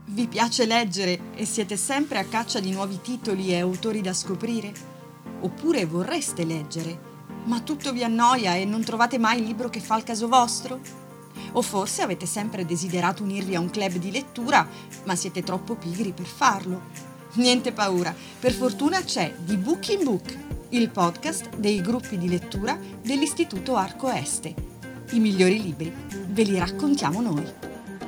Vi piace leggere e siete sempre a caccia di nuovi titoli e autori da scoprire? Oppure vorreste leggere, ma tutto vi annoia e non trovate mai il libro che fa il caso vostro? O forse avete sempre desiderato unirvi a un club di lettura, ma siete troppo pigri per farlo? Niente paura, per fortuna c'è The Book in Book, il podcast dei gruppi di lettura dell'Istituto Arco Este. I migliori libri ve li raccontiamo noi.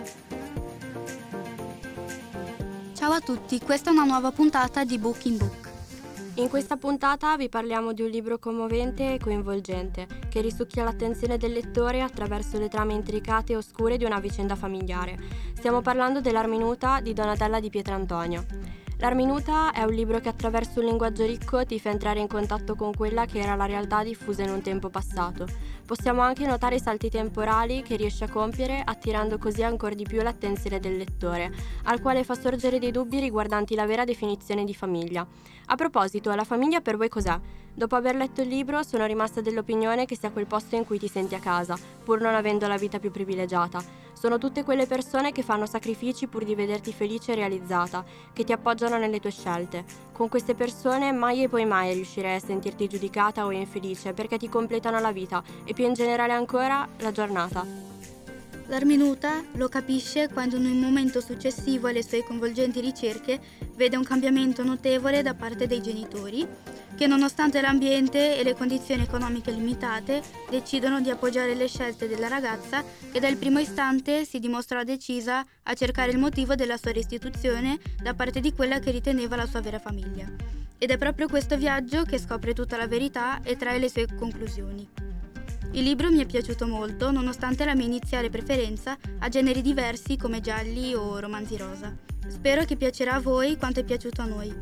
Ciao a tutti, questa è una nuova puntata di Book in Book. In questa puntata vi parliamo di un libro commovente e coinvolgente che risucchia l'attenzione del lettore attraverso le trame intricate e oscure di una vicenda familiare. Stiamo parlando dell'Arminuta di Donatella Di Pietrantonio. L'Arminuta è un libro che attraverso un linguaggio ricco ti fa entrare in contatto con quella che era la realtà diffusa in un tempo passato. Possiamo anche notare i salti temporali che riesce a compiere, attirando così ancora di più l'attenzione del lettore, al quale fa sorgere dei dubbi riguardanti la vera definizione di famiglia. A proposito, la famiglia per voi cos'è? Dopo aver letto il libro sono rimasta dell'opinione che sia quel posto in cui ti senti a casa, pur non avendo la vita più privilegiata. Sono tutte quelle persone che fanno sacrifici pur di vederti felice e realizzata, che ti appoggiano nelle tue scelte. Con queste persone mai e poi mai riuscirai a sentirti giudicata o infelice perché ti completano la vita e più in generale ancora la giornata. L'Arminuta lo capisce quando in un momento successivo alle sue coinvolgenti ricerche vede un cambiamento notevole da parte dei genitori che, nonostante l'ambiente e le condizioni economiche limitate, decidono di appoggiare le scelte della ragazza e dal primo istante si dimostra decisa a cercare il motivo della sua restituzione da parte di quella che riteneva la sua vera famiglia. Ed è proprio questo viaggio che scopre tutta la verità e trae le sue conclusioni. Il libro mi è piaciuto molto, nonostante la mia iniziale preferenza a generi diversi come gialli o romanzi rosa. Spero che piacerà a voi quanto è piaciuto a noi.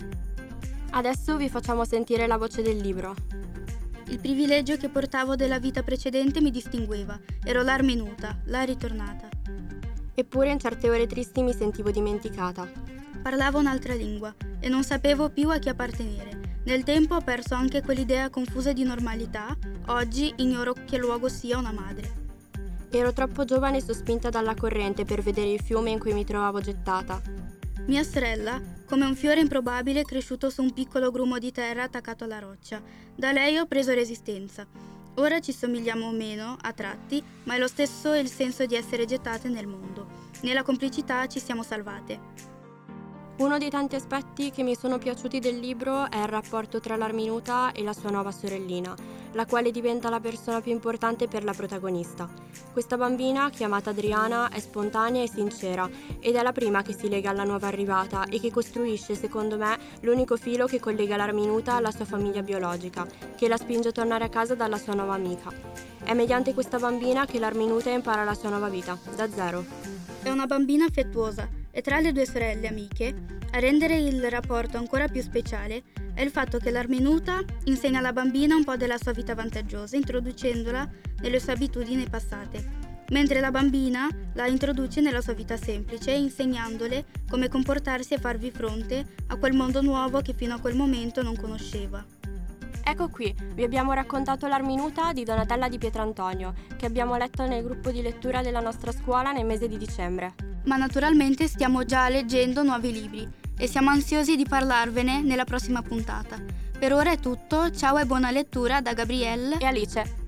Adesso vi facciamo sentire la voce del libro. Il privilegio che portavo della vita precedente mi distingueva. Ero l'Arminuta, la ritornata. Eppure in certe ore tristi mi sentivo dimenticata. Parlavo un'altra lingua e non sapevo più a chi appartenere. Nel tempo ho perso anche quell'idea confusa di normalità. Oggi ignoro che luogo sia una madre. Ero troppo giovane e sospinta dalla corrente per vedere il fiume in cui mi trovavo gettata. Mia sorella, come un fiore improbabile cresciuto su un piccolo grumo di terra attaccato alla roccia. Da lei ho preso resistenza. Ora ci somigliamo meno, a tratti, ma è lo stesso il senso di essere gettate nel mondo. Nella complicità ci siamo salvate. Uno dei tanti aspetti che mi sono piaciuti del libro è il rapporto tra l'Arminuta e la sua nuova sorellina, la quale diventa la persona più importante per la protagonista. Questa bambina, chiamata Adriana, è spontanea e sincera ed è la prima che si lega alla nuova arrivata e che costruisce, secondo me, l'unico filo che collega l'Arminuta alla sua famiglia biologica, che la spinge a tornare a casa dalla sua nuova amica. È mediante questa bambina che l'Arminuta impara la sua nuova vita, da zero. È una bambina affettuosa. E tra le due sorelle amiche, a rendere il rapporto ancora più speciale, è il fatto che l'Arminuta insegna alla bambina un po' della sua vita vantaggiosa, introducendola nelle sue abitudini passate, mentre la bambina la introduce nella sua vita semplice, insegnandole come comportarsi e farvi fronte a quel mondo nuovo che fino a quel momento non conosceva. Ecco qui, vi abbiamo raccontato l'Arminuta di Donatella Di Pietrantonio, che abbiamo letto nel gruppo di lettura della nostra scuola nel mese di dicembre. Ma naturalmente stiamo già leggendo nuovi libri e siamo ansiosi di parlarvene nella prossima puntata. Per ora è tutto, ciao e buona lettura da Gabrielle e Alice.